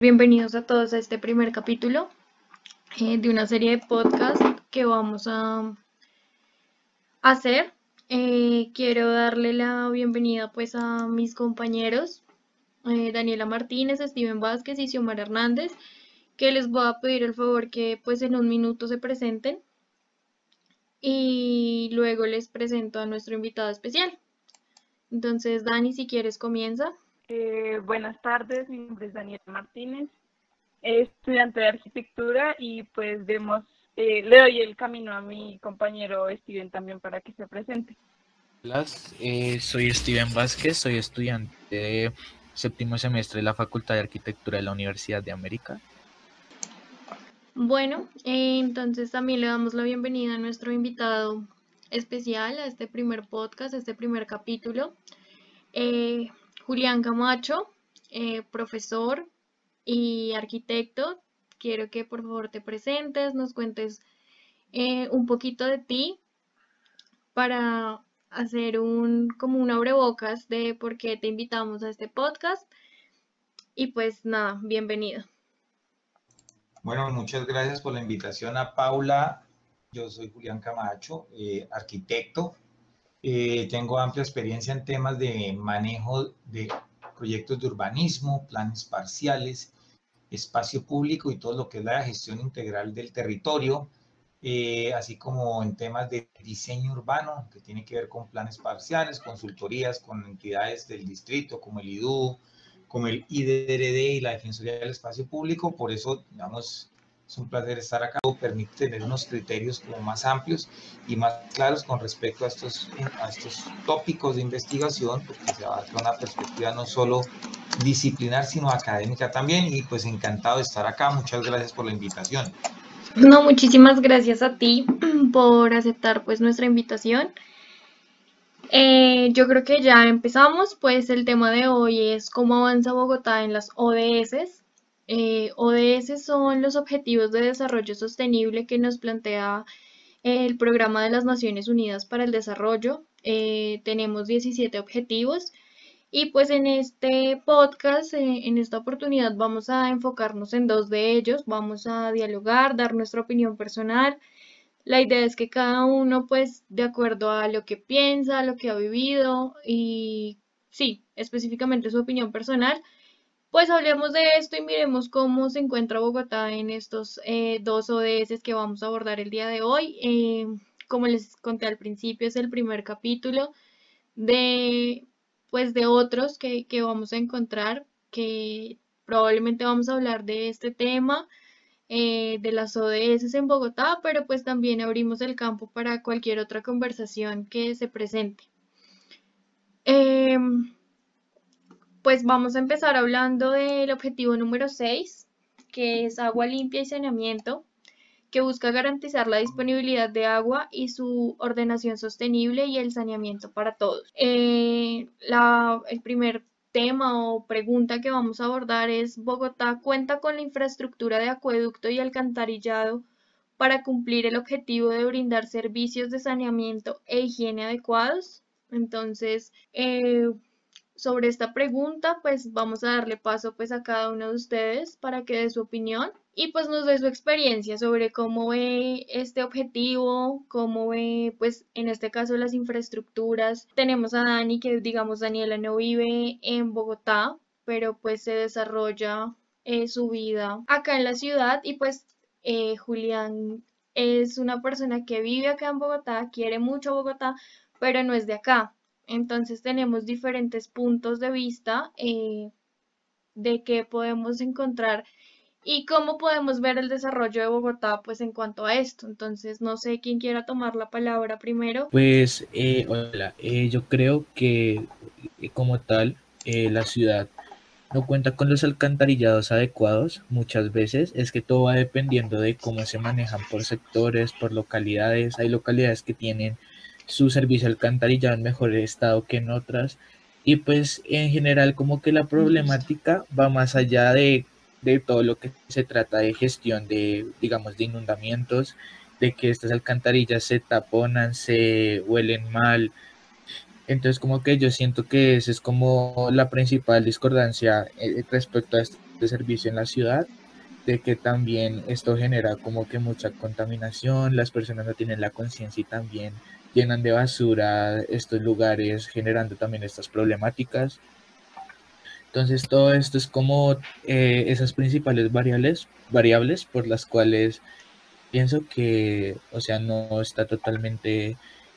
Bienvenidos a todos a este primer capítulo de una serie de podcasts que vamos a hacer. Quiero darle la bienvenida pues a mis compañeros Daniela Martínez, Steven Vázquez y Xiomara Hernández, que les voy a pedir el favor que pues en un minuto se presenten y luego les presento a nuestro invitado especial. Entonces, Dani, si quieres comienza. Buenas tardes, mi nombre es Daniela Martínez, estudiante de arquitectura y pues le doy el camino a mi compañero Steven también para que se presente. Hola, soy Steven Vázquez, soy estudiante de séptimo semestre de la Facultad de Arquitectura de la Universidad de América. Bueno, entonces también le damos la bienvenida a nuestro invitado especial a este primer podcast, a este primer capítulo. Julián Camacho, profesor y arquitecto. Quiero que por favor te presentes, nos cuentes un poquito de ti para hacer como un abrebocas de por qué te invitamos a este podcast. Y pues nada, bienvenido. Bueno, muchas gracias por la invitación a Paula. Yo soy Julián Camacho, arquitecto. Tengo amplia experiencia en temas de manejo de proyectos de urbanismo, planes parciales, espacio público y todo lo que es la gestión integral del territorio, así como en temas de diseño urbano, que tiene que ver con planes parciales, consultorías con entidades del distrito como el IDU, como el IDRD y la Defensoría del Espacio Público. Por eso, digamos, es un placer estar acá. Permite tener unos criterios como más amplios y más claros con respecto a estos tópicos de investigación, porque se abarca una perspectiva no solo disciplinar, sino académica también. Y pues encantado de estar acá. Muchas gracias por la invitación. No, muchísimas gracias a ti por aceptar pues nuestra invitación. Yo creo que ya empezamos, pues el tema de hoy es cómo avanza Bogotá en las ODS. ODS son los Objetivos de Desarrollo Sostenible que nos plantea el Programa de las Naciones Unidas para el Desarrollo. Tenemos 17 objetivos y pues en este podcast, en esta oportunidad vamos a enfocarnos en dos de ellos, vamos a dialogar, dar nuestra opinión personal. La idea es que cada uno, pues, de acuerdo a lo que piensa, a lo que ha vivido y, sí, específicamente su opinión personal, pues hablemos de esto y miremos cómo se encuentra Bogotá en estos dos ODS que vamos a abordar el día de hoy. Como les conté al principio, es el primer capítulo de, pues, de otros que vamos a encontrar, que probablemente vamos a hablar de este tema de las ODS en Bogotá, pero pues también abrimos el campo para cualquier otra conversación que se presente. Pues vamos a empezar hablando del objetivo número 6, que es agua limpia y saneamiento, que busca garantizar la disponibilidad de agua y su ordenación sostenible y el saneamiento para todos. El primer tema o pregunta que vamos a abordar es: ¿Bogotá cuenta con la infraestructura de acueducto y alcantarillado para cumplir el objetivo de brindar servicios de saneamiento e higiene adecuados? Entonces, sobre esta pregunta, pues vamos a darle paso pues a cada uno de ustedes para que dé su opinión y pues nos dé su experiencia sobre cómo ve este objetivo, cómo ve pues en este caso las infraestructuras. Tenemos a Dani, que digamos Daniela no vive en Bogotá, pero pues se desarrolla su vida acá en la ciudad y pues Julián es una persona que vive acá en Bogotá, quiere mucho Bogotá, pero no es de acá. Entonces tenemos diferentes puntos de vista de qué podemos encontrar y cómo podemos ver el desarrollo de Bogotá pues en cuanto a esto. Entonces no sé quién quiera tomar la palabra primero. Pues, hola, yo creo que como tal, la ciudad no cuenta con los alcantarillados adecuados. Muchas veces es que todo va dependiendo de cómo se manejan por sectores, por localidades. Hay localidades que tienen su servicio alcantarillado en mejor estado que en otras. Y pues en general como que la problemática va más allá de todo lo que se trata de gestión de, digamos, de inundamientos, de que estas alcantarillas se taponan, se huelen mal. Entonces como que yo siento que esa es como la principal discordancia respecto a esto este servicio en la ciudad, de que también esto genera como que mucha contaminación, las personas no tienen la conciencia y también llenan de basura estos lugares, generando también estas problemáticas. Entonces todo esto es como esas principales variables por las cuales pienso que, o sea, no está totalmente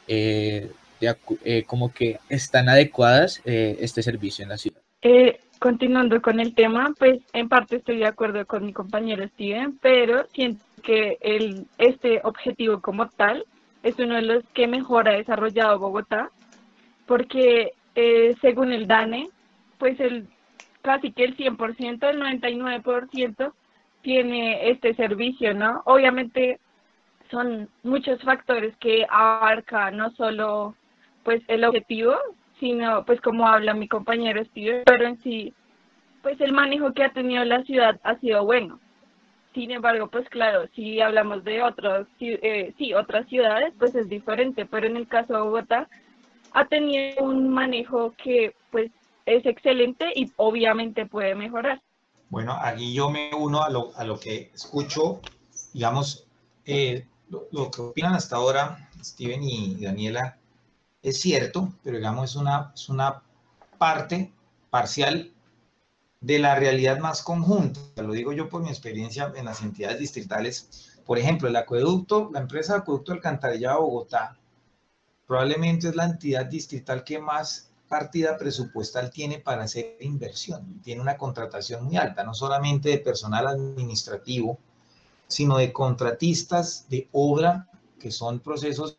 como que están adecuadas este servicio en la ciudad. Continuando con el tema, pues en parte estoy de acuerdo con mi compañero Steven, pero siento que este objetivo como tal es uno de los que mejor ha desarrollado Bogotá, porque según el DANE, pues casi que el 100%, el 99% tiene este servicio, ¿no? Obviamente son muchos factores que abarca no solo pues el objetivo, sino pues como habla mi compañero Steven, pero en sí pues el manejo que ha tenido la ciudad ha sido bueno. Sin embargo, pues claro, si hablamos de otras ciudades, pues es diferente, pero en el caso de Bogotá ha tenido un manejo que pues es excelente y obviamente puede mejorar. Bueno, aquí yo me uno a lo que escucho, digamos, lo que opinan hasta ahora Steven y Daniela es cierto, pero digamos es una parte parcial de la realidad más conjunta. Lo digo yo por mi experiencia en las entidades distritales. Por ejemplo, el acueducto, la empresa de acueducto alcantarillado de Bogotá, probablemente es la entidad distrital que más partida presupuestal tiene para hacer inversión. Tiene una contratación muy alta, no solamente de personal administrativo, sino de contratistas de obra, que son procesos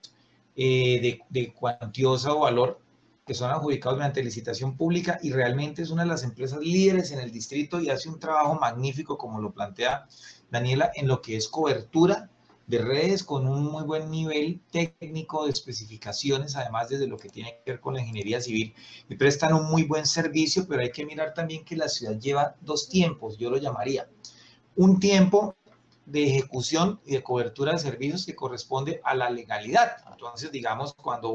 de cuantioso valor, que son adjudicados mediante licitación pública, y realmente es una de las empresas líderes en el distrito y hace un trabajo magnífico, como lo plantea Daniela, en lo que es cobertura de redes con un muy buen nivel técnico de especificaciones, además desde lo que tiene que ver con la ingeniería civil, y prestan un muy buen servicio, pero hay que mirar también que la ciudad lleva dos tiempos, yo lo llamaría. Un tiempo de ejecución y de cobertura de servicios que corresponde a la legalidad. Entonces, digamos, cuando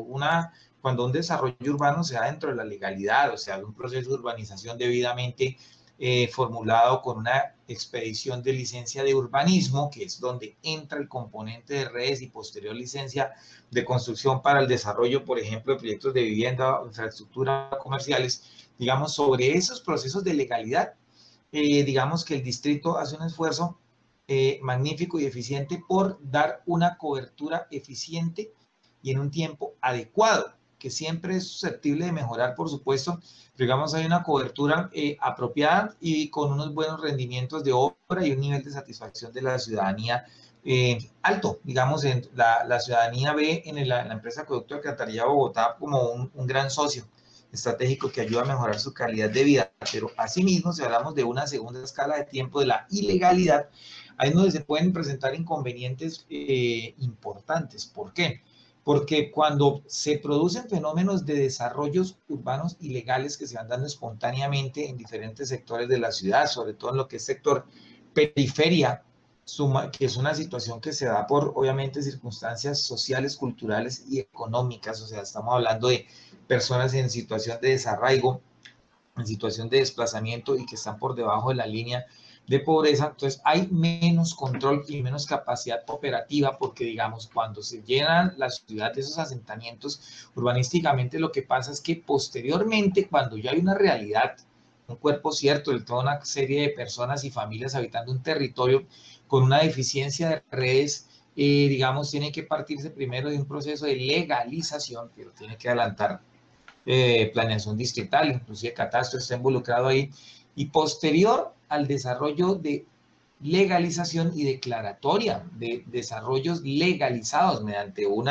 un desarrollo urbano se da dentro de la legalidad, o sea, de un proceso de urbanización debidamente formulado con una expedición de licencia de urbanismo, que es donde entra el componente de redes y posterior licencia de construcción para el desarrollo, por ejemplo, de proyectos de vivienda o infraestructura comerciales, digamos, sobre esos procesos de legalidad, digamos que el distrito hace un esfuerzo magnífico y eficiente por dar una cobertura eficiente y en un tiempo adecuado, que siempre es susceptible de mejorar, por supuesto, pero digamos hay una cobertura apropiada y con unos buenos rendimientos de obra y un nivel de satisfacción de la ciudadanía alto. Digamos, la ciudadanía ve en la empresa Acueducto de Alcantarillado Bogotá como un gran socio estratégico que ayuda a mejorar su calidad de vida, pero asimismo, si hablamos de una segunda escala de tiempo de la ilegalidad, ahí es donde se pueden presentar inconvenientes importantes. ¿Por qué? Porque cuando se producen fenómenos de desarrollos urbanos ilegales que se van dando espontáneamente en diferentes sectores de la ciudad, sobre todo en lo que es sector periferia, que es una situación que se da por, obviamente, circunstancias sociales, culturales y económicas, o sea, estamos hablando de personas en situación de desarraigo, en situación de desplazamiento y que están por debajo de la línea de pobreza, entonces hay menos control y menos capacidad operativa porque, digamos, cuando se llenan la ciudad de esos asentamientos urbanísticamente, lo que pasa es que posteriormente, cuando ya hay una realidad, un cuerpo cierto de toda una serie de personas y familias habitando un territorio con una deficiencia de redes, digamos, tiene que partirse primero de un proceso de legalización, pero tiene que adelantar planeación distrital, inclusive catastro está involucrado ahí, y posterior al desarrollo de legalización y declaratoria de desarrollos legalizados mediante un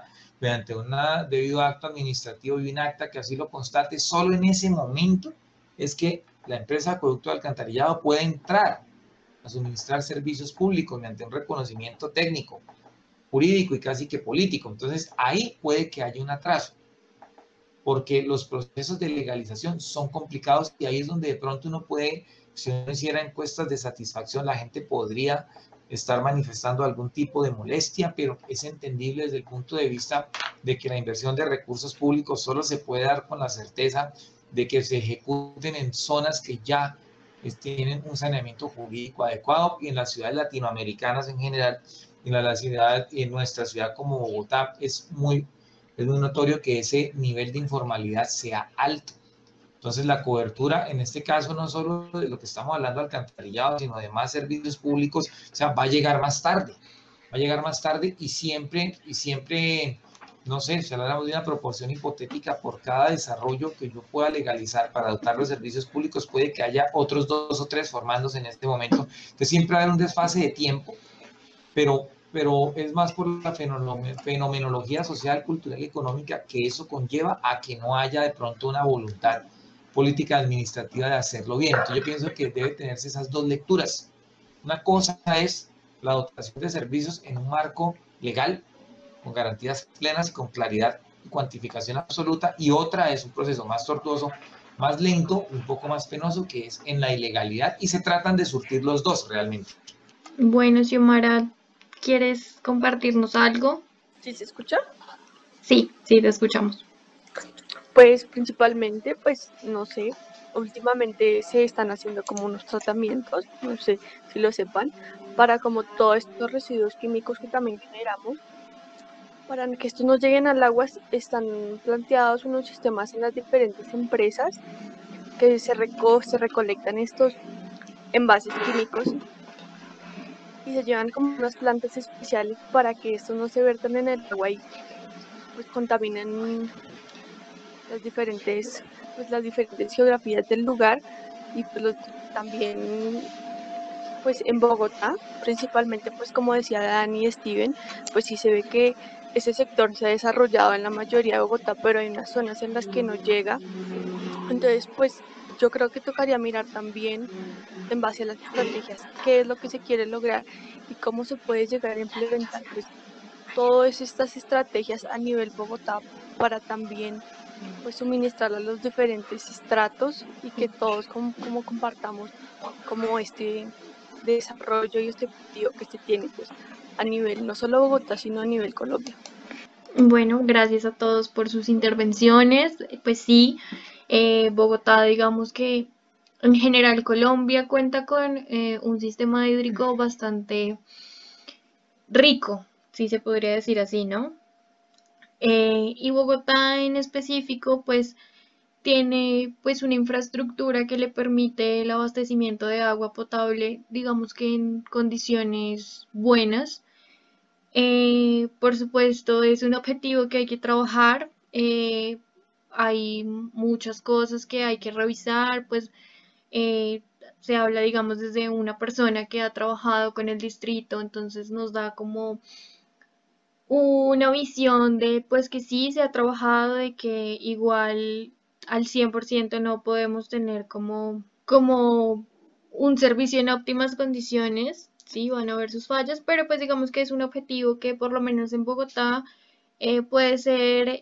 debido acto administrativo y un acta que así lo constate, solo en ese momento es que la empresa de acueducto de alcantarillado puede entrar a suministrar servicios públicos mediante un reconocimiento técnico, jurídico y casi que político. Entonces ahí puede que haya un atraso, porque los procesos de legalización son complicados y ahí es donde de pronto uno puede, si uno hiciera encuestas de satisfacción, la gente podría estar manifestando algún tipo de molestia, pero es entendible desde el punto de vista de que la inversión de recursos públicos solo se puede dar con la certeza de que se ejecuten en zonas que ya tienen un saneamiento jurídico adecuado, y en las ciudades latinoamericanas en general, en nuestra ciudad como Bogotá, es muy notorio que ese nivel de informalidad sea alto. Entonces la cobertura, en este caso, no solo de lo que estamos hablando, alcantarillado, sino de más servicios públicos, o sea, va a llegar más tarde, y siempre, no sé, si hablamos de una proporción hipotética, por cada desarrollo que yo pueda legalizar para dotar los servicios públicos, puede que haya otros 2 o 3 formándose en este momento. Entonces siempre va a haber un desfase de tiempo, pero es más por la fenomenología social, cultural y económica que eso conlleva a que no haya de pronto una voluntad política administrativa de hacerlo bien. Entonces yo pienso que debe tenerse esas dos lecturas. Una cosa es la dotación de servicios en un marco legal, con garantías plenas y con claridad y cuantificación absoluta, y otra es un proceso más tortuoso, más lento, un poco más penoso, que es en la ilegalidad, y se tratan de surtir los dos realmente. Bueno, Xiomara, ¿quieres compartirnos algo? ¿Sí se escucha? Sí, te escuchamos. Pues principalmente, pues no sé, últimamente se están haciendo como unos tratamientos, no sé si lo sepan, para como todos estos residuos químicos que también generamos, para que estos no lleguen al agua. Están planteados unos sistemas en las diferentes empresas que se recolectan estos envases químicos y se llevan como unas plantas especiales para que estos no se vertan en el agua y pues contaminen las diferentes geografías del lugar. Y pues también pues en Bogotá, principalmente, pues como decía Dani y Steven, pues sí se ve que ese sector se ha desarrollado en la mayoría de Bogotá, pero hay unas zonas en las que no llega. Entonces pues yo creo que tocaría mirar también en base a las estrategias qué es lo que se quiere lograr y cómo se puede llegar a implementar pues todas estas estrategias a nivel Bogotá para también pues suministrar a los diferentes estratos y que todos como compartamos como este desarrollo y este objetivo que se tiene pues a nivel no solo Bogotá sino a nivel Colombia. Bueno, gracias a todos por sus intervenciones. Pues sí, Bogotá, digamos que en general Colombia cuenta con un sistema hídrico bastante rico, si se podría decir así, ¿no? Y Bogotá en específico, pues tiene pues una infraestructura que le permite el abastecimiento de agua potable, digamos que en condiciones buenas. Por supuesto, es un objetivo que hay que trabajar. Hay muchas cosas que hay que revisar, pues eh, se habla, digamos, desde una persona que ha trabajado con el distrito, entonces nos da como una visión de pues que sí se ha trabajado, de que igual al 100% no podemos tener como un servicio en óptimas condiciones, sí, van a haber sus fallas, pero pues digamos que es un objetivo que por lo menos en Bogotá puede ser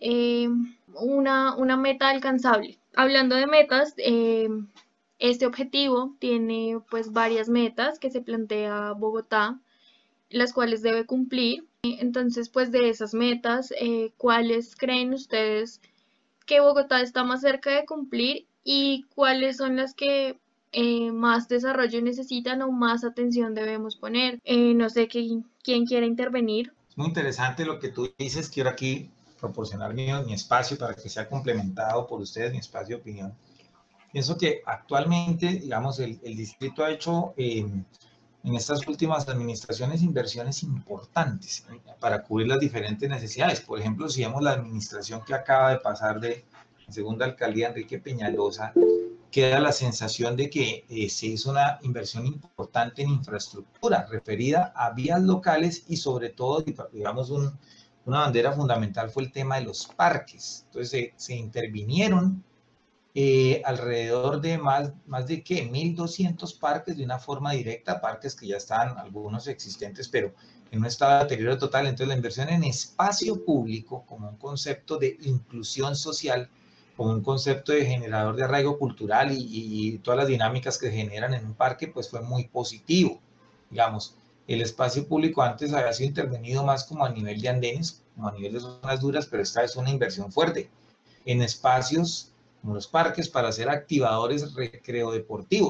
una meta alcanzable. Hablando de metas, este objetivo tiene pues varias metas que se plantea Bogotá, las cuales debe cumplir. Entonces, pues de esas metas, ¿cuáles creen ustedes que Bogotá está más cerca de cumplir y cuáles son las que más desarrollo necesitan o más atención debemos poner? No sé quién quiere intervenir. Es muy interesante lo que tú dices. Quiero aquí proporcionar mi espacio para que sea complementado por ustedes, mi espacio de opinión. Pienso que actualmente, digamos, el distrito ha hecho en estas últimas administraciones inversiones importantes para cubrir las diferentes necesidades. Por ejemplo, si vemos la administración que acaba de pasar de la segunda alcaldía Enrique Peñalosa, queda la sensación de que se hizo una inversión importante en infraestructura referida a vías locales y sobre todo, digamos, una bandera fundamental fue el tema de los parques. Entonces se intervinieron alrededor de más de ¿qué? 1.200 parques de una forma directa, parques que ya estaban algunos existentes, pero en un estado de deterioro total. Entonces la inversión en espacio público como un concepto de inclusión social, como un concepto de generador de arraigo cultural y todas las dinámicas que se generan en un parque, pues fue muy positivo. Digamos, el espacio público antes había sido intervenido más como a nivel de andenes, como a nivel de zonas duras, pero esta es una inversión fuerte en espacios como los parques para hacer activadores recreo-deportivos.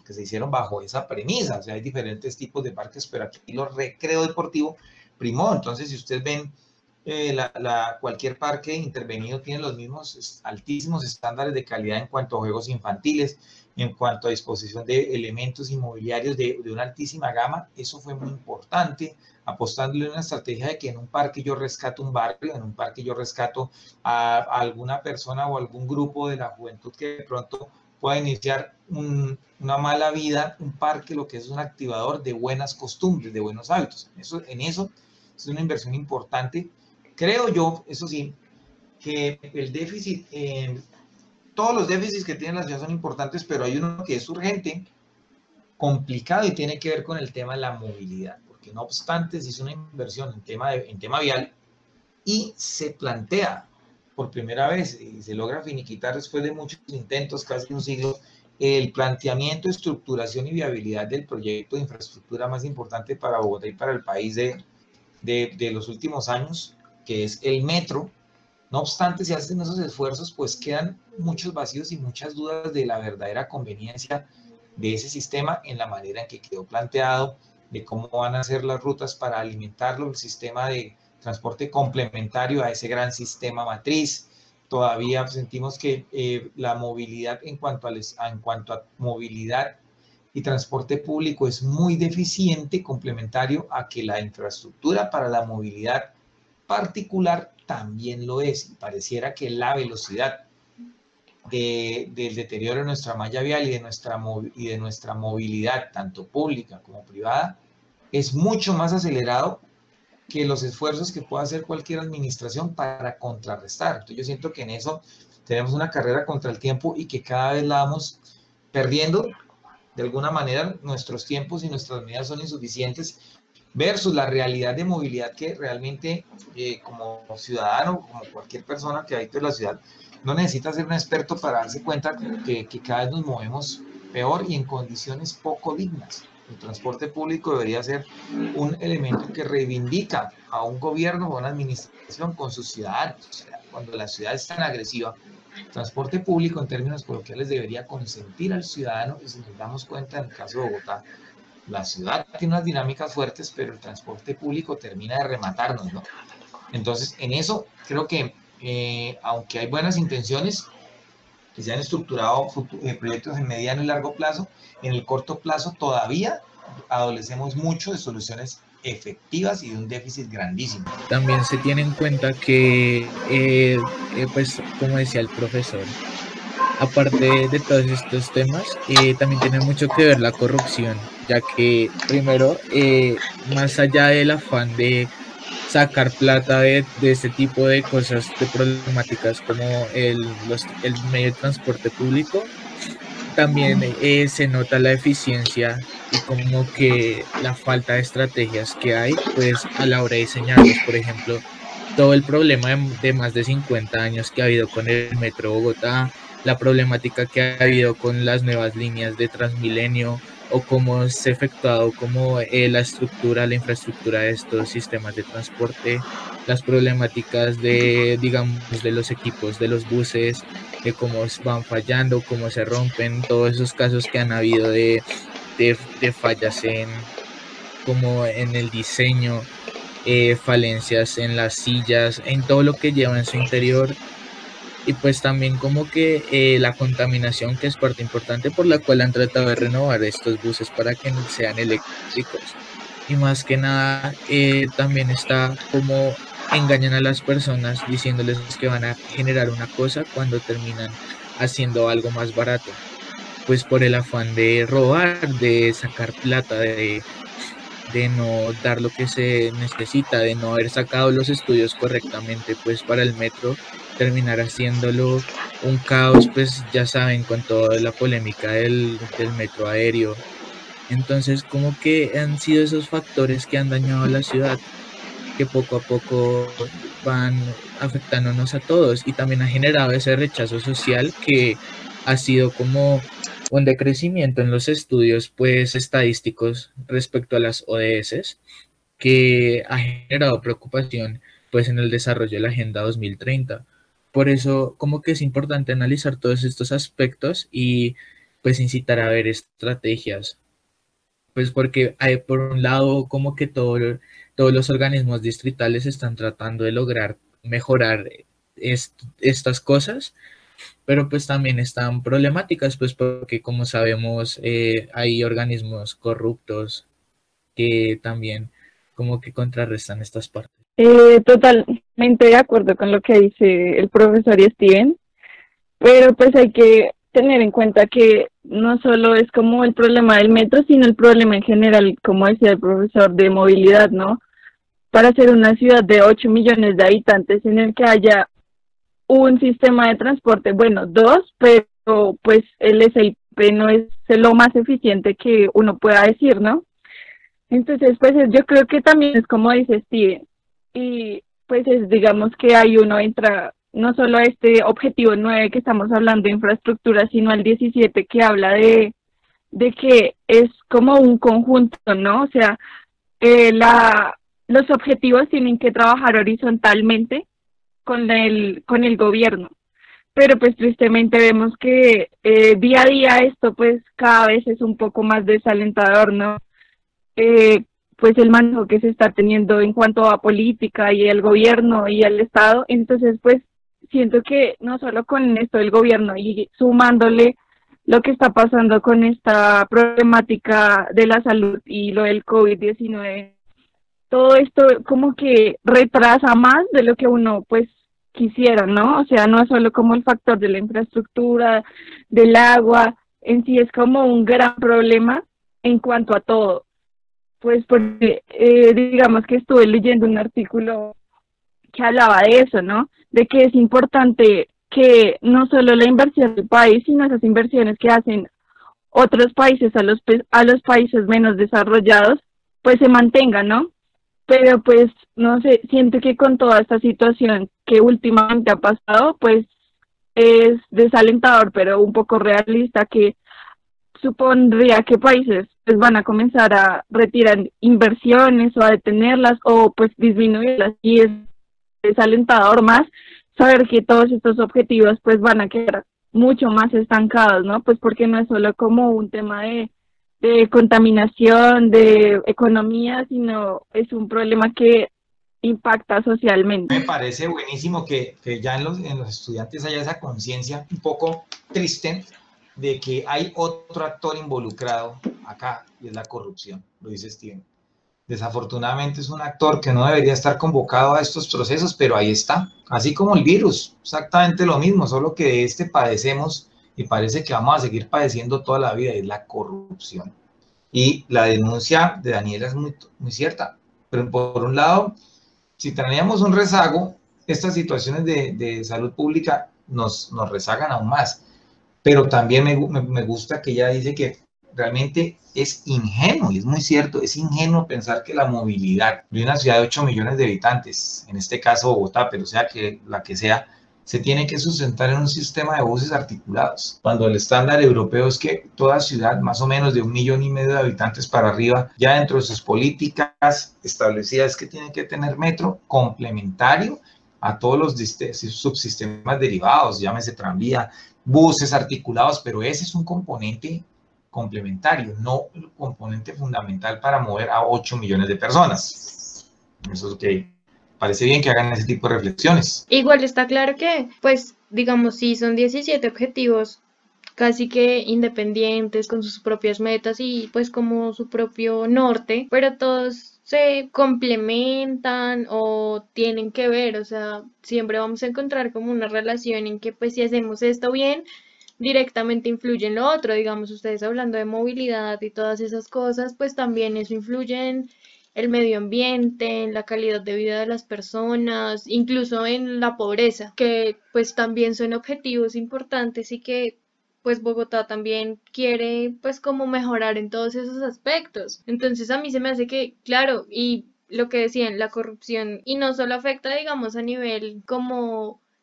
porque se hicieron bajo esa premisa. O sea, hay diferentes tipos de parques, pero aquí los recreo deportivo primó. Entonces, si ustedes ven, cualquier parque intervenido tiene los mismos altísimos estándares de calidad en cuanto a juegos infantiles, en cuanto a disposición de elementos inmobiliarios de una altísima gama. Eso fue muy importante, apostándole a una estrategia de que en un parque yo rescato un barrio, en un parque yo rescato a alguna persona o algún grupo de la juventud que de pronto pueda iniciar una mala vida. Un parque lo que es un activador de buenas costumbres, de buenos hábitos. En eso es una inversión importante. Creo yo, eso sí, que el déficit, todos los déficits que tiene la ciudad son importantes, pero hay uno que es urgente, complicado y tiene que ver con el tema de la movilidad, porque no obstante se hizo una inversión en tema vial y se plantea por primera vez y se logra finiquitar después de muchos intentos, casi un siglo, el planteamiento, estructuración y viabilidad del proyecto de infraestructura más importante para Bogotá y para el país de los últimos años, que es el metro. No obstante, si hacen esos esfuerzos, pues quedan muchos vacíos y muchas dudas de la verdadera conveniencia de ese sistema en la manera en que quedó planteado, de cómo van a ser las rutas para alimentarlo, el sistema de transporte complementario a ese gran sistema matriz. Todavía sentimos que la movilidad en cuanto a movilidad y transporte público es muy deficiente, complementario a que la infraestructura para la movilidad particular también lo es. Y pareciera que la velocidad del deterioro de nuestra malla vial y de nuestra movilidad, tanto pública como privada, es mucho más acelerado que los esfuerzos que pueda hacer cualquier administración para contrarrestar. Entonces yo siento que en eso tenemos una carrera contra el tiempo y que cada vez la vamos perdiendo. De alguna manera nuestros tiempos y nuestras medidas son insuficientes versus la realidad de movilidad que realmente como ciudadano, como cualquier persona que habite en la ciudad, no necesita ser un experto para darse cuenta que cada vez nos movemos peor y en condiciones poco dignas. El transporte público debería ser un elemento que reivindica a un gobierno o a una administración con sus ciudadanos. O sea, cuando la ciudad es tan agresiva, el transporte público en términos coloquiales debería consentir al ciudadano, y si nos damos cuenta en el caso de Bogotá, la ciudad tiene unas dinámicas fuertes, pero el transporte público termina de rematarnos, ¿no? Entonces, en eso creo que, aunque hay buenas intenciones, que se han estructurado proyectos en mediano y largo plazo, en el corto plazo todavía adolecemos mucho de soluciones efectivas y de un déficit grandísimo. También se tiene en cuenta que, pues, como decía el profesor, aparte de todos estos temas, también tiene mucho que ver la corrupción, ya que primero, más allá del afán de sacar plata de este tipo de cosas, de problemáticas como el medio de transporte público, también se nota la eficiencia y como que la falta de estrategias que hay pues a la hora de diseñarlos. Por ejemplo, todo el problema de más de 50 años que ha habido con el Metro Bogotá, la problemática que ha habido con las nuevas líneas de Transmilenio, o cómo se ha efectuado como la infraestructura de estos sistemas de transporte, las problemáticas de, digamos, de los equipos de los buses, de cómo van fallando, cómo se rompen, todos esos casos que han habido de fallas como en el diseño, falencias en las sillas, en todo lo que lleva en su interior. Y pues también como que la contaminación, que es parte importante por la cual han tratado de renovar estos buses para que no sean eléctricos. Y más que nada también está como engañan a las personas diciéndoles que van a generar una cosa cuando terminan haciendo algo más barato. Pues por el afán de robar, de sacar plata, de no dar lo que se necesita, de no haber sacado los estudios correctamente pues para el metro, terminar haciéndolo un caos, pues ya saben, con toda la polémica del metro aéreo. Entonces como que han sido esos factores que han dañado a la ciudad, que poco a poco van afectándonos a todos, y también ha generado ese rechazo social que ha sido como un decrecimiento en los estudios pues estadísticos respecto a las ODS, que ha generado preocupación pues en el desarrollo de la Agenda 2030. Por eso como que es importante analizar todos estos aspectos y pues incitar a ver estrategias, pues porque hay por un lado como que todos los organismos distritales están tratando de lograr mejorar estas cosas, pero pues también están problemáticas, pues porque como sabemos hay organismos corruptos que también como que contrarrestan estas partes. Totalmente de acuerdo con lo que dice el profesor Steven, pero pues hay que tener en cuenta que no solo es como el problema del metro, sino el problema en general, como decía el profesor, de movilidad, ¿no? Para ser una ciudad de 8 millones de habitantes en el que haya un sistema de transporte, bueno, dos, pero pues el SIP no es lo más eficiente que uno pueda decir, ¿no? Entonces, pues yo creo que también es como dice Steven, y pues es, digamos que ahí uno entra no solo a este objetivo 9 que estamos hablando de infraestructura, sino al 17 que habla de que es como un conjunto, ¿no? O sea, los objetivos tienen que trabajar horizontalmente con el gobierno, pero pues tristemente vemos que día a día esto pues cada vez es un poco más desalentador, ¿no? eh, pues el manejo que se está teniendo en cuanto a política y el gobierno y el Estado. Entonces, pues siento que no solo con esto del gobierno y sumándole lo que está pasando con esta problemática de la salud y lo del COVID-19, todo esto como que retrasa más de lo que uno pues quisiera, ¿no? O sea, no es solo como el factor de la infraestructura, del agua, en sí es como un gran problema en cuanto a todo. Pues porque digamos que estuve leyendo un artículo que hablaba de eso, ¿no? De que es importante que no solo la inversión del país, sino esas inversiones que hacen otros países a los países menos desarrollados, pues se mantengan, ¿no? Pero pues, no sé, siento que con toda esta situación que últimamente ha pasado, pues es desalentador, pero un poco realista que supondría que países pues van a comenzar a retirar inversiones o a detenerlas o pues disminuirlas y es desalentador más saber que todos estos objetivos pues van a quedar mucho más estancados, ¿no? Pues porque no es solo como un tema de contaminación, de economía, sino es un problema que impacta socialmente. Me parece buenísimo que ya en los estudiantes haya esa conciencia un poco triste de que hay otro actor involucrado acá y es la corrupción, lo dice Steven. Desafortunadamente es un actor que no debería estar convocado a estos procesos, pero ahí está, así como el virus, exactamente lo mismo, solo que de este padecemos y parece que vamos a seguir padeciendo toda la vida, es la corrupción. Y la denuncia de Daniela es muy, muy cierta, pero por un lado, si teníamos un rezago, estas situaciones de salud pública nos rezagan aún más. Pero también me gusta que ella dice que realmente es ingenuo, y es muy cierto, es ingenuo pensar que la movilidad de una ciudad de 8 millones de habitantes, en este caso Bogotá, pero sea que la que sea, se tiene que sustentar en un sistema de buses articulados, cuando el estándar europeo es que toda ciudad más o menos de 1,5 millones de habitantes para arriba, ya dentro de sus políticas establecidas que tienen que tener metro complementario a todos los subsistemas derivados, llámese tranvía, buses articulados, pero ese es un componente complementario, no el componente fundamental para mover a 8 millones de personas. Eso es que parece bien que hagan ese tipo de reflexiones. Igual está claro que, pues, digamos, sí, son 17 objetivos casi que independientes, con sus propias metas y pues como su propio norte, pero todos se complementan o tienen que ver, o sea, siempre vamos a encontrar como una relación en que pues si hacemos esto bien, directamente influye en lo otro, digamos, ustedes hablando de movilidad y todas esas cosas, pues también eso influye en el medio ambiente, en la calidad de vida de las personas, incluso en la pobreza, que pues también son objetivos importantes y que pues Bogotá también quiere pues como mejorar en todos esos aspectos. Entonces a mí se me hace que, claro, y lo que decían, la corrupción, y no solo afecta, digamos, a nivel como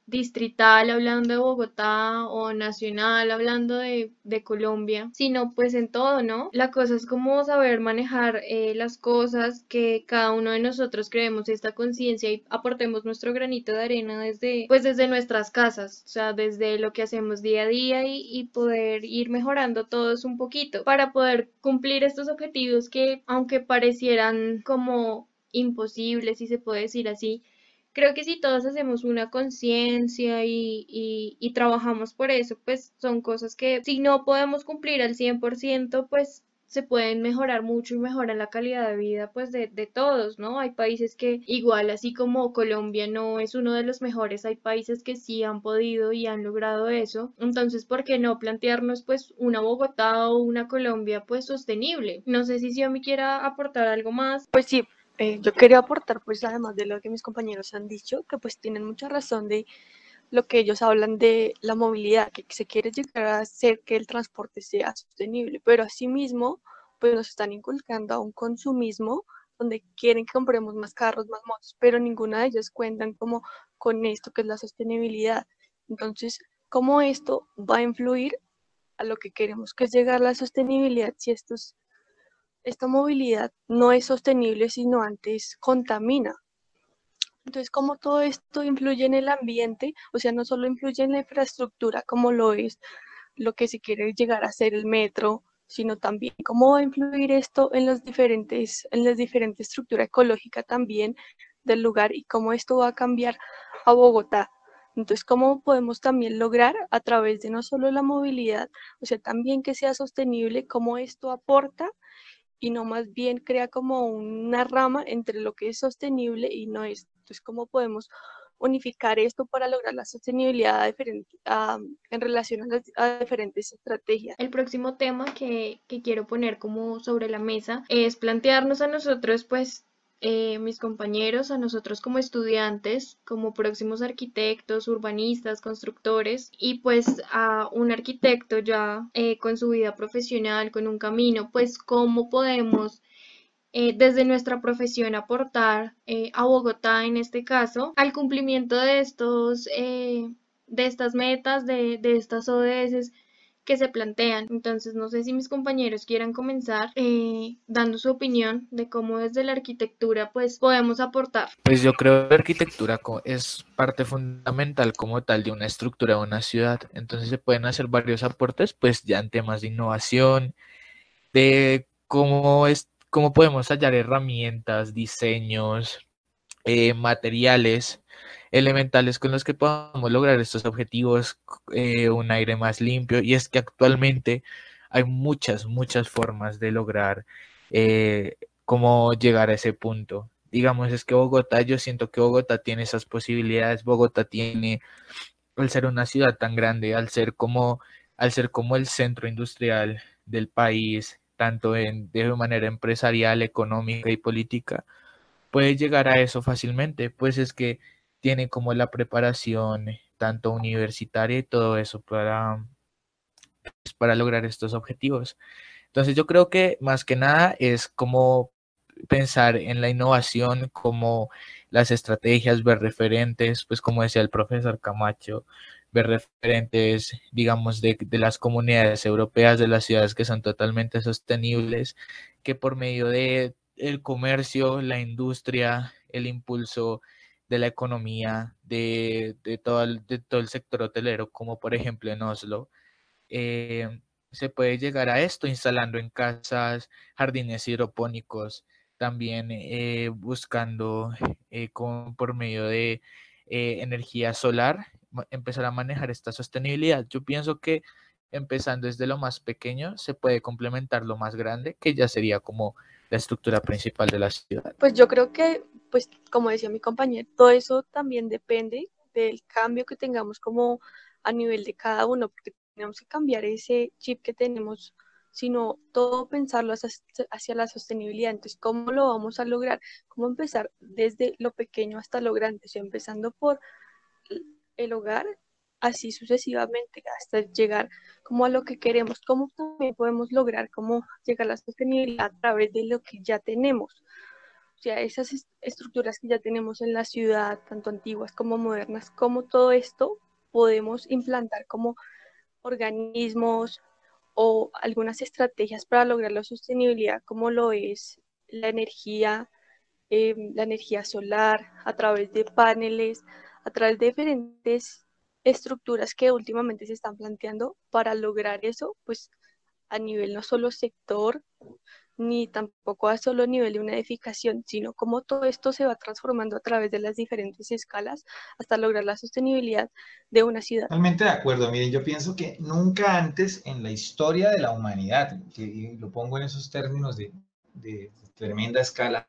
distrital hablando de Bogotá o nacional hablando de Colombia, sino pues en todo, ¿no? La cosa es como saber manejar las cosas, que cada uno de nosotros creemos esta conciencia y aportemos nuestro granito de arena desde, pues desde nuestras casas, o sea, desde lo que hacemos día a día y poder ir mejorando todos un poquito para poder cumplir estos objetivos que, aunque parecieran como imposibles, si se puede decir así, creo que si todos hacemos una conciencia y trabajamos por eso, pues son cosas que si no podemos cumplir al 100%, pues se pueden mejorar mucho y mejoran la calidad de vida pues de todos, ¿no? Hay países que igual, así como Colombia no es uno de los mejores, hay países que sí han podido y han logrado eso. Entonces, ¿por qué no plantearnos pues una Bogotá o una Colombia pues sostenible? No sé si Xiaomi quiera aportar algo más. Pues sí, yo quería aportar, pues además de lo que mis compañeros han dicho, que pues tienen mucha razón de lo que ellos hablan de la movilidad, que se quiere llegar a hacer que el transporte sea sostenible, pero asimismo, pues nos están inculcando a un consumismo donde quieren que compremos más carros, más motos, pero ninguna de ellas cuentan como con esto que es la sostenibilidad. Entonces, ¿cómo esto va a influir a lo que queremos, que es llegar a la sostenibilidad, si esta movilidad no es sostenible, sino antes contamina? Entonces, ¿cómo todo esto influye en el ambiente? O sea, no solo influye en la infraestructura como lo es lo que se quiere llegar a ser el metro, sino también cómo va a influir esto en la diferente estructura ecológica también del lugar y cómo esto va a cambiar a Bogotá. Entonces, ¿cómo podemos también lograr a través de no solo la movilidad, o sea, también que sea sostenible, cómo esto aporta y no más bien crea como una rama entre lo que es sostenible y no es? Entonces, ¿cómo podemos unificar esto para lograr la sostenibilidad en relación a diferentes estrategias? El próximo tema que quiero poner como sobre la mesa es plantearnos a nosotros, pues, mis compañeros, a nosotros como estudiantes, como próximos arquitectos, urbanistas, constructores, y pues a un arquitecto ya con su vida profesional, con un camino, pues cómo podemos desde nuestra profesión aportar a Bogotá en este caso al cumplimiento de de estas metas, de estas ODS que se plantean. Entonces, no sé si mis compañeros quieran comenzar dando su opinión de cómo desde la arquitectura pues podemos aportar. Pues yo creo que la arquitectura es parte fundamental como tal de una estructura de una ciudad. Entonces se pueden hacer varios aportes, pues ya en temas de innovación, de cómo podemos hallar herramientas, diseños, materiales elementales con los que podamos lograr estos objetivos, un aire más limpio. Y es que actualmente hay muchas formas de lograr cómo llegar a ese punto. Digamos, es que Bogotá, yo siento que Bogotá tiene esas posibilidades. Bogotá tiene, al ser una ciudad tan grande, al ser como el centro industrial del país, tanto de manera empresarial, económica y política, puede llegar a eso fácilmente, pues es que tiene como la preparación tanto universitaria y todo eso para lograr estos objetivos. Entonces yo creo que más que nada es como pensar en la innovación, como las estrategias, ver referentes, pues como decía el profesor Camacho, ver referentes, digamos, de las comunidades europeas, de las ciudades que son totalmente sostenibles, que por medio de el comercio, la industria, el impulso de la economía, de todo el sector hotelero, como por ejemplo en Oslo, se puede llegar a esto instalando en casas jardines hidropónicos, también buscando por medio de energía solar, empezar a manejar esta sostenibilidad. Yo pienso que empezando desde lo más pequeño se puede complementar lo más grande, que ya sería como la estructura principal de la ciudad. Pues yo creo que, pues como decía mi compañero, todo eso también depende del cambio que tengamos como a nivel de cada uno, porque tenemos que cambiar ese chip que tenemos, sino todo pensarlo hacia la sostenibilidad. Entonces, ¿cómo lo vamos a lograr? ¿Cómo empezar desde lo pequeño hasta lo grande? O sea, empezando por el hogar, así sucesivamente, hasta llegar como a lo que queremos. ¿Cómo también podemos lograr cómo llegar a la sostenibilidad a través de lo que ya tenemos? O sea, esas estructuras que ya tenemos en la ciudad, tanto antiguas como modernas, cómo todo esto podemos implantar como organismos o algunas estrategias para lograr la sostenibilidad, como lo es la energía solar, a través de paneles, a través de diferentes estructuras que últimamente se están planteando para lograr eso, pues a nivel no solo sector, ni tampoco a solo nivel de una edificación, sino cómo todo esto se va transformando a través de las diferentes escalas hasta lograr la sostenibilidad de una ciudad. Totalmente de acuerdo. Miren, yo pienso que nunca antes en la historia de la humanidad, y lo pongo en esos términos de tremenda escala,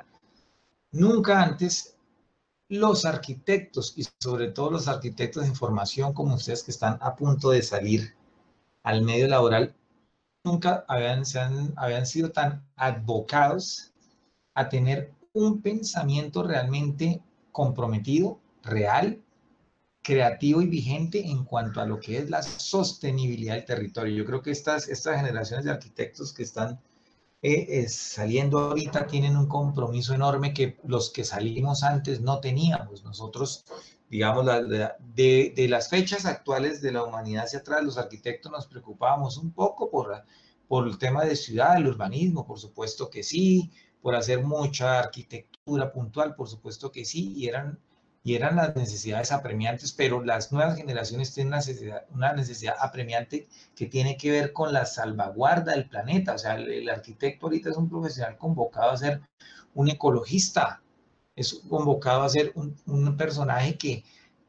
nunca antes los arquitectos, y sobre todo los arquitectos de información como ustedes que están a punto de salir al medio laboral, nunca habían sido tan advocados a tener un pensamiento realmente comprometido, real, creativo y vigente en cuanto a lo que es la sostenibilidad del territorio. Yo creo que estas generaciones de arquitectos que están saliendo ahorita tienen un compromiso enorme que los que salimos antes no teníamos. Nosotros, digamos, de las fechas actuales de la humanidad hacia atrás, los arquitectos nos preocupábamos un poco por el tema de ciudad, el urbanismo, por supuesto que sí, por hacer mucha arquitectura puntual, por supuesto que sí, y eran las necesidades apremiantes, pero las nuevas generaciones tienen una necesidad apremiante que tiene que ver con la salvaguarda del planeta. O sea, el arquitecto ahorita es un profesional convocado a ser un ecologista, es convocado a ser un personaje que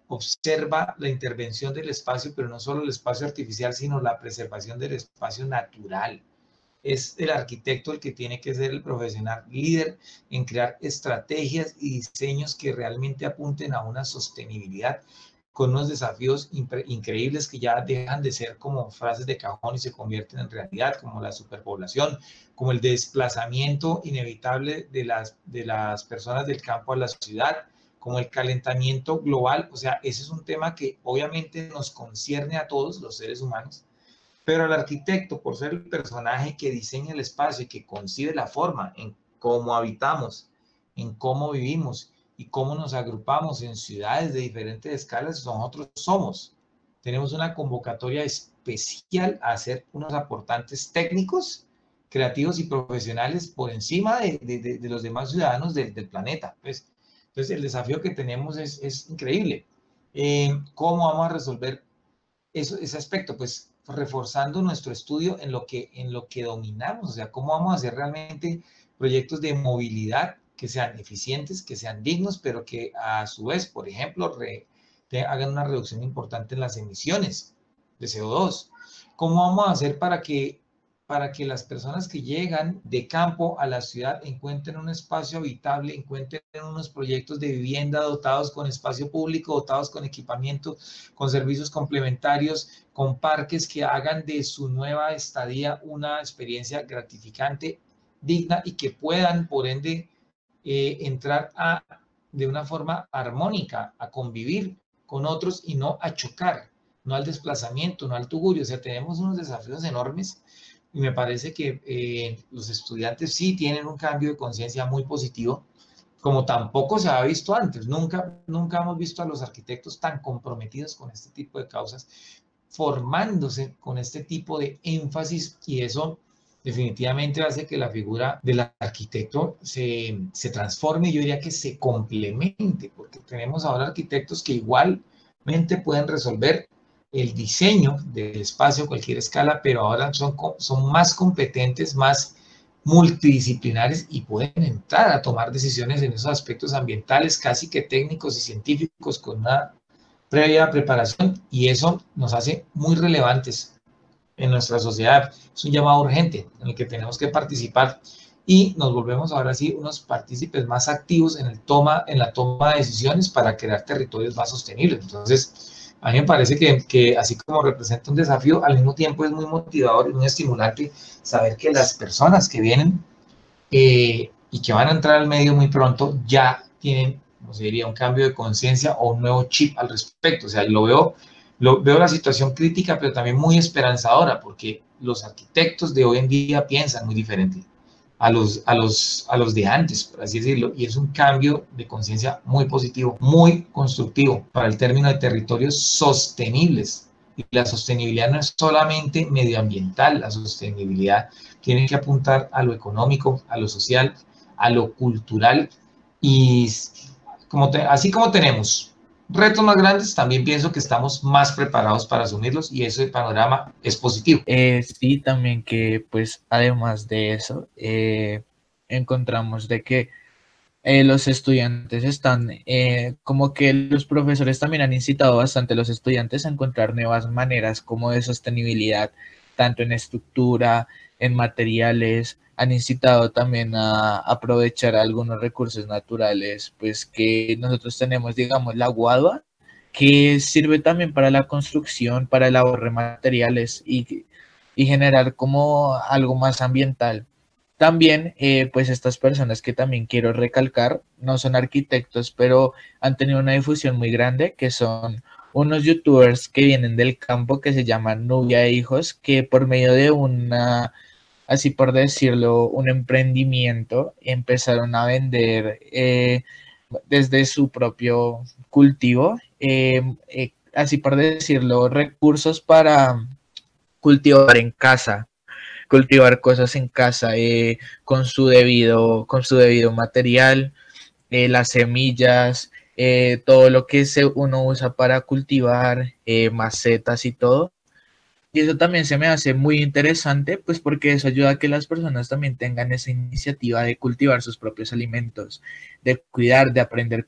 observa la intervención del espacio, pero no solo el espacio artificial, sino la preservación del espacio natural. Es el arquitecto el que tiene que ser el profesional líder en crear estrategias y diseños que realmente apunten a una sostenibilidad con unos desafíos increíbles que ya dejan de ser como frases de cajón y se convierten en realidad, como la superpoblación, como el desplazamiento inevitable de las personas del campo a la ciudad, como el calentamiento global. O sea, ese es un tema que obviamente nos concierne a todos los seres humanos, pero el arquitecto, por ser el personaje que diseña el espacio y que concibe la forma en cómo habitamos, en cómo vivimos y cómo nos agrupamos en ciudades de diferentes escalas, nosotros tenemos una convocatoria especial a ser unos aportantes técnicos, creativos y profesionales por encima de los demás ciudadanos del planeta. Pues, entonces, el desafío que tenemos es increíble. ¿Cómo vamos a resolver ese aspecto? Pues reforzando nuestro estudio en lo que dominamos, o sea, cómo vamos a hacer realmente proyectos de movilidad que sean eficientes, que sean dignos, pero que a su vez, por ejemplo, hagan una reducción importante en las emisiones de CO2. ¿Cómo vamos a hacer para que las personas que llegan de campo a la ciudad encuentren un espacio habitable, encuentren unos proyectos de vivienda dotados con espacio público, dotados con equipamiento, con servicios complementarios, con parques que hagan de su nueva estadía una experiencia gratificante, digna y que puedan, por ende, entrar de una forma armónica a convivir con otros y no a chocar, no al desplazamiento, no al tugurio? O sea, tenemos unos desafíos enormes. Y me parece que los estudiantes sí tienen un cambio de conciencia muy positivo, como tampoco se ha visto antes. Nunca hemos visto a los arquitectos tan comprometidos con este tipo de causas, formándose con este tipo de énfasis, y eso definitivamente hace que la figura del arquitecto se transforme, y yo diría que se complemente, porque tenemos ahora arquitectos que igualmente pueden resolver el diseño del espacio a cualquier escala, pero ahora son más competentes, más multidisciplinares y pueden entrar a tomar decisiones en esos aspectos ambientales casi que técnicos y científicos con una previa preparación, y eso nos hace muy relevantes en nuestra sociedad. Es un llamado urgente en el que tenemos que participar y nos volvemos ahora sí unos partícipes más activos en la toma de decisiones para crear territorios más sostenibles. Entonces, a mí me parece que así como representa un desafío, al mismo tiempo es muy motivador y muy estimulante saber que las personas que vienen y que van a entrar al medio muy pronto ya tienen, como se diría, un cambio de conciencia o un nuevo chip al respecto. O sea, veo la situación crítica, pero también muy esperanzadora, porque los arquitectos de hoy en día piensan muy diferente. a los de antes, por así decirlo, y es un cambio de conciencia muy positivo, muy constructivo para el término de territorios sostenibles. Y la sostenibilidad no es solamente medioambiental, la sostenibilidad tiene que apuntar a lo económico, a lo social, a lo cultural, y así como tenemos retos más grandes, también pienso que estamos más preparados para asumirlos y ese panorama es positivo. Sí, también que pues además de eso, encontramos de que los estudiantes están, como que los profesores también han incitado bastante a los estudiantes a encontrar nuevas maneras como de sostenibilidad, tanto en estructura, en materiales, han incitado también a aprovechar algunos recursos naturales, pues que nosotros tenemos, digamos, la guadua, que sirve también para la construcción, para el ahorro de materiales y generar como algo más ambiental. También, pues estas personas que también quiero recalcar, no son arquitectos, pero han tenido una difusión muy grande, que son unos youtubers que vienen del campo que se llaman Nubia e Hijos, que por medio de una, así por decirlo, un emprendimiento, empezaron a vender desde su propio cultivo, así por decirlo, recursos para cultivar en casa, cultivar cosas en casa, con su debido material, las semillas, todo lo que uno usa para cultivar, macetas y todo. Y eso también se me hace muy interesante, pues porque eso ayuda a que las personas también tengan esa iniciativa de cultivar sus propios alimentos, de cuidar, de aprender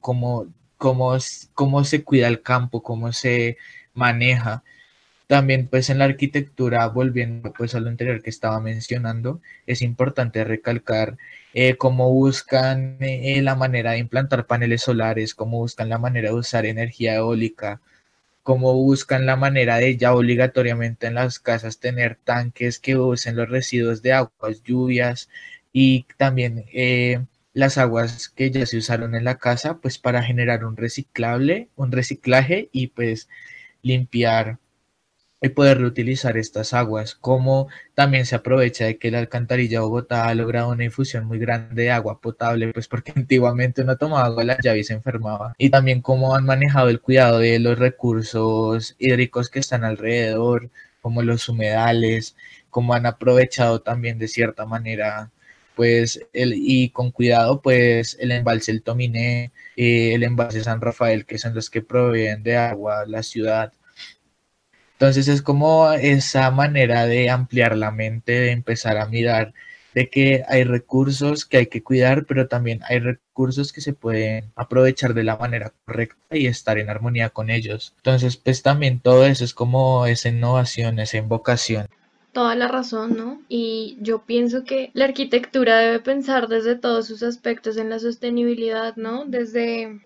cómo se cuida el campo, cómo se maneja. También pues en la arquitectura, volviendo pues a lo anterior que estaba mencionando, es importante recalcar cómo buscan la manera de implantar paneles solares, cómo buscan la manera de usar energía eólica, cómo buscan la manera de ya obligatoriamente en las casas tener tanques que usen los residuos de aguas, lluvias y también las aguas que ya se usaron en la casa pues para generar un reciclaje y pues limpiar y poder reutilizar estas aguas, como también se aprovecha de que la alcantarilla de Bogotá ha logrado una difusión muy grande de agua potable, pues porque antiguamente uno tomaba agua de la llave y se enfermaba, y también cómo han manejado el cuidado de los recursos hídricos que están alrededor, como los humedales, cómo han aprovechado también de cierta manera pues y con cuidado pues el embalse El Tominé, el embalse San Rafael, que son los que proveen de agua a la ciudad. Entonces es como esa manera de ampliar la mente, de empezar a mirar de que hay recursos que hay que cuidar, pero también hay recursos que se pueden aprovechar de la manera correcta y estar en armonía con ellos. Entonces, pues también todo eso es como esa innovación, esa invocación. Toda la razón, ¿no? Y yo pienso que la arquitectura debe pensar desde todos sus aspectos en la sostenibilidad, ¿no? Desde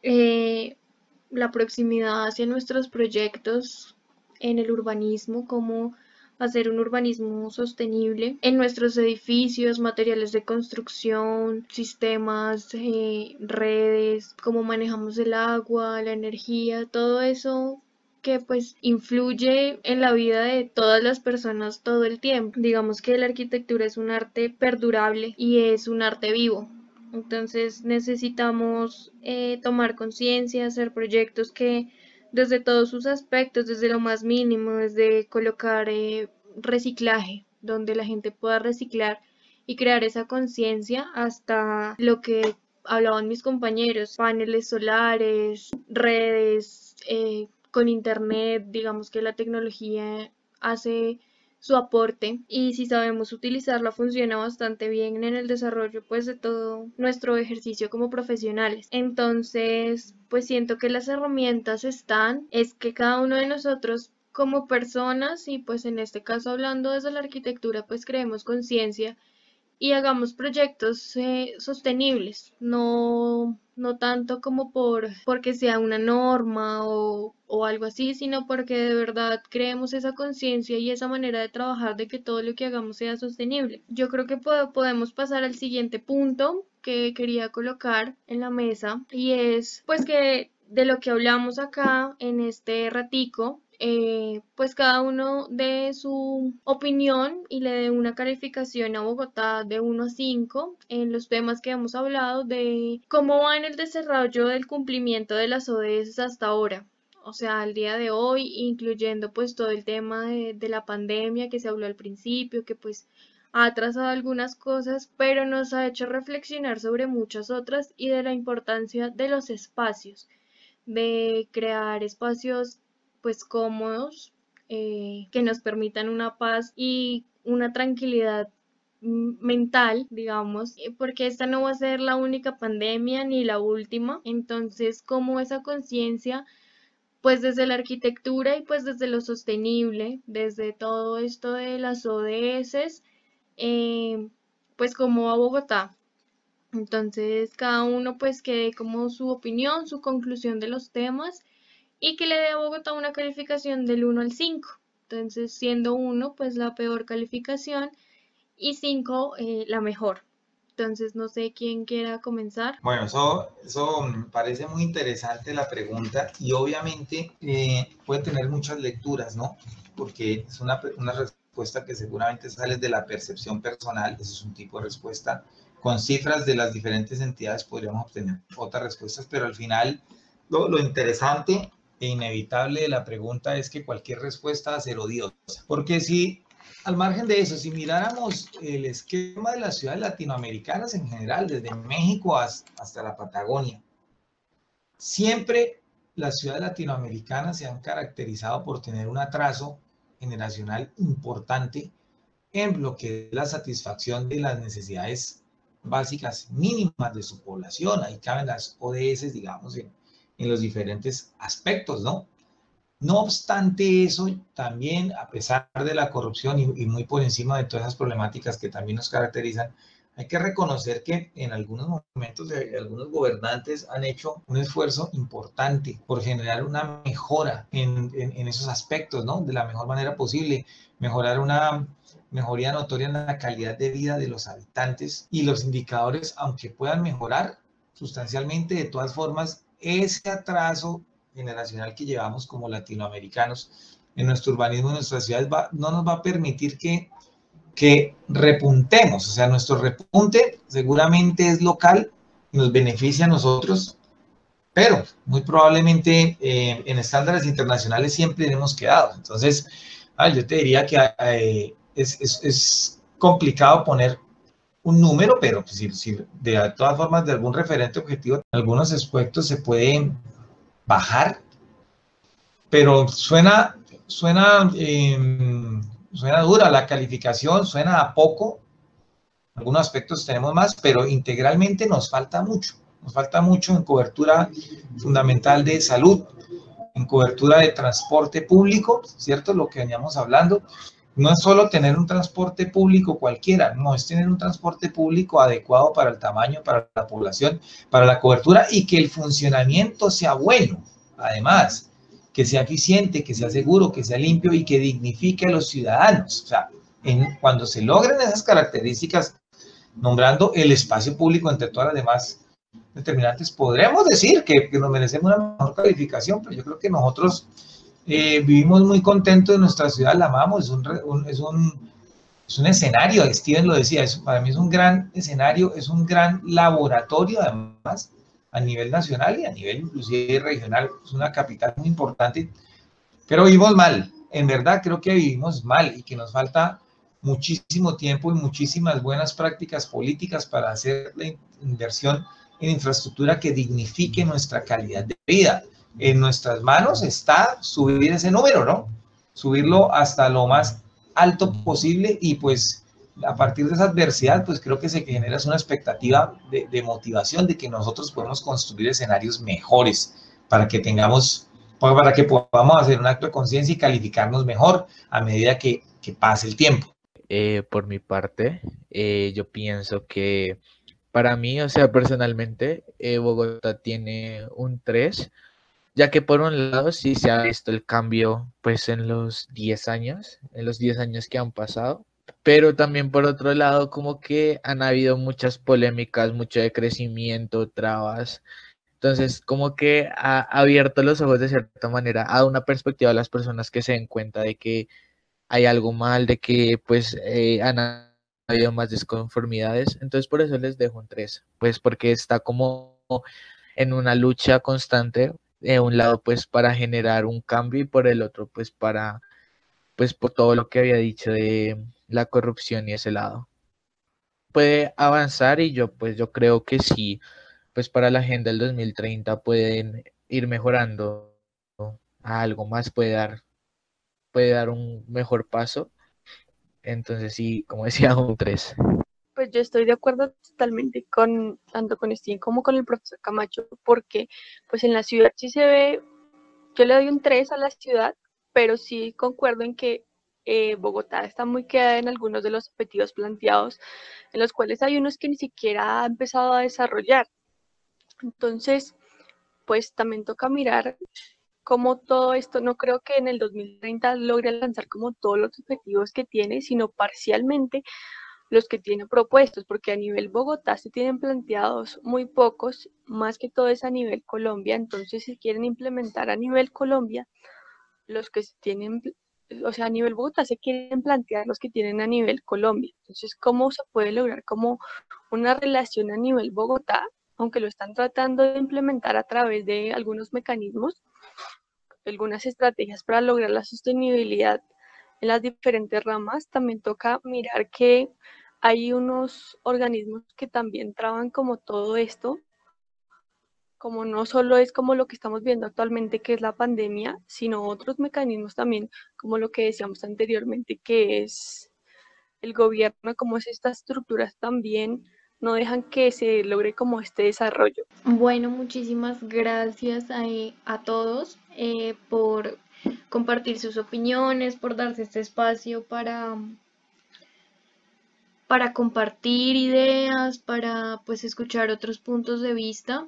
la proximidad hacia nuestros proyectos en el urbanismo, cómo hacer un urbanismo sostenible en nuestros edificios, materiales de construcción, sistemas, redes, cómo manejamos el agua, la energía, todo eso que pues influye en la vida de todas las personas todo el tiempo. Digamos que la arquitectura es un arte perdurable y es un arte vivo. Entonces necesitamos tomar conciencia, hacer proyectos que desde todos sus aspectos, desde lo más mínimo, desde colocar reciclaje, donde la gente pueda reciclar y crear esa conciencia, hasta lo que hablaban mis compañeros, paneles solares, redes, con internet, digamos que la tecnología hace su aporte y si sabemos utilizarla funciona bastante bien en el desarrollo pues de todo nuestro ejercicio como profesionales. Entonces pues siento que las herramientas están, es que cada uno de nosotros como personas y pues en este caso hablando desde la arquitectura pues creemos conciencia y hagamos proyectos sostenibles, no tanto como porque sea una norma o algo así, sino porque de verdad creemos esa conciencia y esa manera de trabajar de que todo lo que hagamos sea sostenible. Yo creo que podemos pasar al siguiente punto que quería colocar en la mesa y es pues que de lo que hablamos acá en este ratico pues cada uno dé su opinión y le dé una calificación a Bogotá de 1 a 5 en los temas que hemos hablado de cómo va en el desarrollo del cumplimiento de las ODS hasta ahora. O sea, al día de hoy, incluyendo pues todo el tema de la pandemia que se habló al principio, que pues ha atrasado algunas cosas, pero nos ha hecho reflexionar sobre muchas otras y de la importancia de los espacios, de crear espacios pues cómodos, que nos permitan una paz y una tranquilidad mental, digamos, porque esta no va a ser la única pandemia ni la última. Entonces, como esa conciencia, pues desde la arquitectura y pues desde lo sostenible, desde todo esto de las ODS, pues como a Bogotá. Entonces, cada uno pues que dé como su opinión, su conclusión de los temas y que le dé a Bogotá una calificación del 1 al 5. Entonces, siendo 1 pues la peor calificación y 5 la mejor. Entonces, no sé quién quiera comenzar. Bueno, eso me parece muy interesante la pregunta y obviamente puede tener muchas lecturas, ¿no? Porque es una respuesta que seguramente sale de la percepción personal, ese es un tipo de respuesta. Con cifras de las diferentes entidades podríamos obtener otras respuestas, pero al final lo interesante e inevitable de la pregunta es que cualquier respuesta va a ser odiosa. Porque si, al margen de eso, si miráramos el esquema de las ciudades latinoamericanas en general, desde México hasta la Patagonia, siempre las ciudades latinoamericanas se han caracterizado por tener un atraso generacional importante en lo que es la satisfacción de las necesidades básicas mínimas de su población. Ahí caben las ODS, digamos, en los diferentes aspectos, ¿no? No obstante eso, también a pesar de la corrupción y muy por encima de todas esas problemáticas que también nos caracterizan, hay que reconocer que en algunos momentos algunos gobernantes han hecho un esfuerzo importante por generar una mejora en esos aspectos, ¿no? De la mejor manera posible, mejorar una mejoría notoria en la calidad de vida de los habitantes y los indicadores, aunque puedan mejorar sustancialmente, de todas formas, ese atraso generacional que llevamos como latinoamericanos en nuestro urbanismo, en nuestras ciudades, no nos va a permitir que repuntemos. O sea, nuestro repunte seguramente es local y nos beneficia a nosotros, pero muy probablemente en estándares internacionales siempre hemos quedado. Entonces, yo te diría que es complicado poner un número, pero pues, si de todas formas de algún referente objetivo, algunos aspectos se pueden bajar, pero suena dura la calificación, suena a poco. Algunos aspectos tenemos más, pero integralmente nos falta mucho. Nos falta mucho en cobertura fundamental de salud, en cobertura de transporte público, ¿cierto? Lo que veníamos hablando. No es solo tener un transporte público cualquiera, no, es tener un transporte público adecuado para el tamaño, para la población, para la cobertura y que el funcionamiento sea bueno, además, que sea eficiente, que sea seguro, que sea limpio y que dignifique a los ciudadanos. O sea, cuando se logren esas características, nombrando el espacio público entre todas las demás determinantes, podremos decir que nos merecemos una mejor calificación, pero yo creo que nosotros vivimos muy contentos de nuestra ciudad, la amamos, es un escenario, Steven lo decía, para mí es un gran escenario, es un gran laboratorio además, a nivel nacional y a nivel inclusive regional, es una capital muy importante, pero vivimos mal, en verdad creo que vivimos mal y que nos falta muchísimo tiempo y muchísimas buenas prácticas políticas para hacer la inversión en infraestructura que dignifique nuestra calidad de vida. En nuestras manos está subir ese número, ¿no? Subirlo hasta lo más alto posible y pues a partir de esa adversidad, pues creo que se genera una expectativa de motivación de que nosotros podemos construir escenarios mejores para que podamos hacer un acto de conciencia y calificarnos mejor a medida que pase el tiempo. Por mi parte, yo pienso que para mí, o sea, personalmente, Bogotá tiene un 3, ya que por un lado sí se ha visto el cambio pues en los 10 años que han pasado, pero también por otro lado como que han habido muchas polémicas, mucho decrecimiento, trabas. Entonces, como que ha abierto los ojos de cierta manera, ha dado una perspectiva a las personas que se den cuenta de que hay algo mal, de que pues han habido más desconformidades. Entonces, por eso les dejo un 3, pues porque está como en una lucha constante, de un lado pues para generar un cambio y por el otro pues para, pues por todo lo que había dicho de la corrupción y ese lado. Puede avanzar y yo creo que sí, pues para la agenda del 2030 pueden ir mejorando a algo más, puede dar un mejor paso. Entonces sí, como decía, un 3. Pues yo estoy de acuerdo totalmente con tanto con Steven como con el profesor Camacho, porque pues en la ciudad sí se ve, yo le doy un 3 a la ciudad, pero sí concuerdo en que Bogotá está muy quedada en algunos de los objetivos planteados, en los cuales hay unos que ni siquiera ha empezado a desarrollar. Entonces, pues también toca mirar cómo todo esto, no creo que en el 2030 logre alcanzar como todos los objetivos que tiene, sino parcialmente los que tiene propuestos, porque a nivel Bogotá se tienen planteados muy pocos, más que todo es a nivel Colombia, entonces si quieren implementar a nivel Colombia, los que se tienen, o sea, a nivel Bogotá se quieren plantear los que tienen a nivel Colombia, entonces cómo se puede lograr como una relación a nivel Bogotá, aunque lo están tratando de implementar a través de algunos mecanismos, algunas estrategias para lograr la sostenibilidad en las diferentes ramas, también toca mirar que hay unos organismos que también traban como todo esto, como no solo es como lo que estamos viendo actualmente, que es la pandemia, sino otros mecanismos también, como lo que decíamos anteriormente, que es el gobierno, como es estas estructuras también no dejan que se logre como este desarrollo. Bueno, muchísimas gracias a todos por compartir sus opiniones, por darse este espacio para compartir ideas, para pues escuchar otros puntos de vista.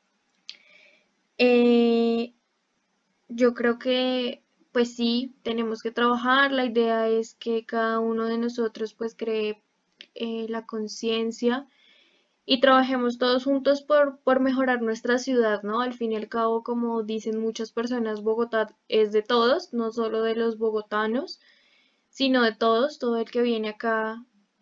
Eh, yo creo que pues sí, tenemos que trabajar. La idea es que cada uno de nosotros pues cree la conciencia y trabajemos todos juntos por mejorar nuestra ciudad, ¿no? Al fin y al cabo, como dicen muchas personas, Bogotá es de todos, no solo de los bogotanos, sino de todos. Todo el que viene acá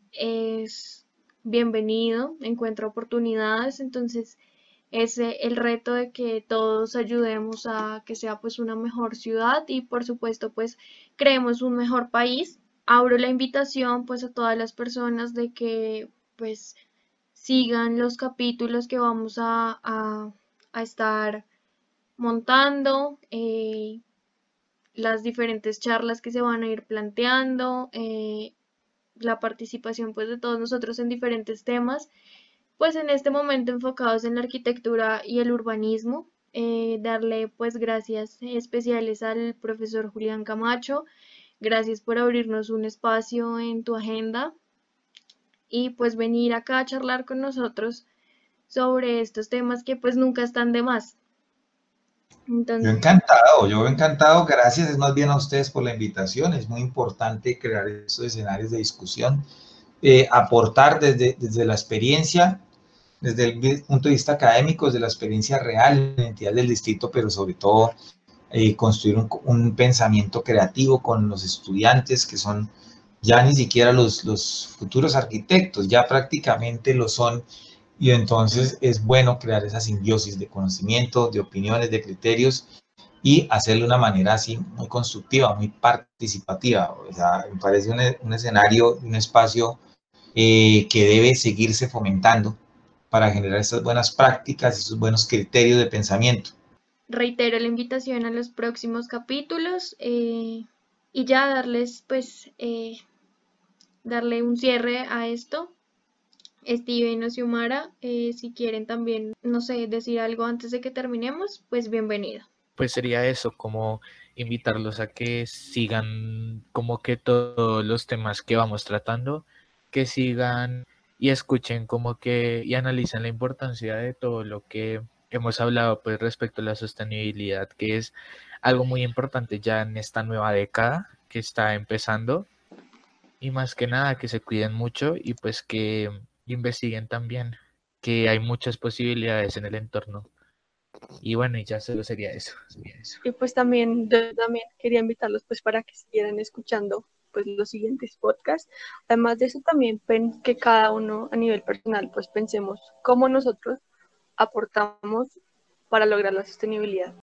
es bienvenido, encuentra oportunidades, entonces es el reto de que todos ayudemos a que sea pues una mejor ciudad y por supuesto pues creemos un mejor país. Abro la invitación pues a todas las personas de que pues sigan los capítulos que vamos a estar montando, las diferentes charlas que se van a ir planteando, la participación pues de todos nosotros en diferentes temas, pues en este momento enfocados en la arquitectura y el urbanismo. Darle pues gracias especiales al profesor Julián Camacho, gracias por abrirnos un espacio en tu agenda y pues venir acá a charlar con nosotros sobre estos temas que pues nunca están de más. Entonces, Yo encantado, gracias, es más bien a ustedes por la invitación, es muy importante crear estos escenarios de discusión, aportar desde la experiencia, desde el punto de vista académico, desde la experiencia real en la entidad del distrito, pero sobre todo construir un pensamiento creativo con los estudiantes que son ya ni siquiera los futuros arquitectos, ya prácticamente lo son, y entonces es bueno crear esa simbiosis de conocimiento, de opiniones, de criterios y hacerlo de una manera así muy constructiva, muy participativa. O sea, me parece un escenario, un espacio que debe seguirse fomentando para generar estas buenas prácticas, esos buenos criterios de pensamiento. reitero la invitación a los próximos capítulos y ya darles pues darle un cierre a esto. Steven o Xiomara, si quieren también, no sé, decir algo antes de que terminemos, pues bienvenido. Pues sería eso, como invitarlos a que sigan como que todos los temas que vamos tratando, que sigan y escuchen como que y analicen la importancia de todo lo que hemos hablado pues respecto a la sostenibilidad, que es algo muy importante ya en esta nueva década que está empezando y más que nada que se cuiden mucho y pues que investiguen también, que hay muchas posibilidades en el entorno. Y bueno, y ya solo sería eso. Y pues también, yo también quería invitarlos pues para que siguieran escuchando pues los siguientes podcasts. Además de eso también que cada uno a nivel personal pues pensemos cómo nosotros aportamos para lograr la sostenibilidad.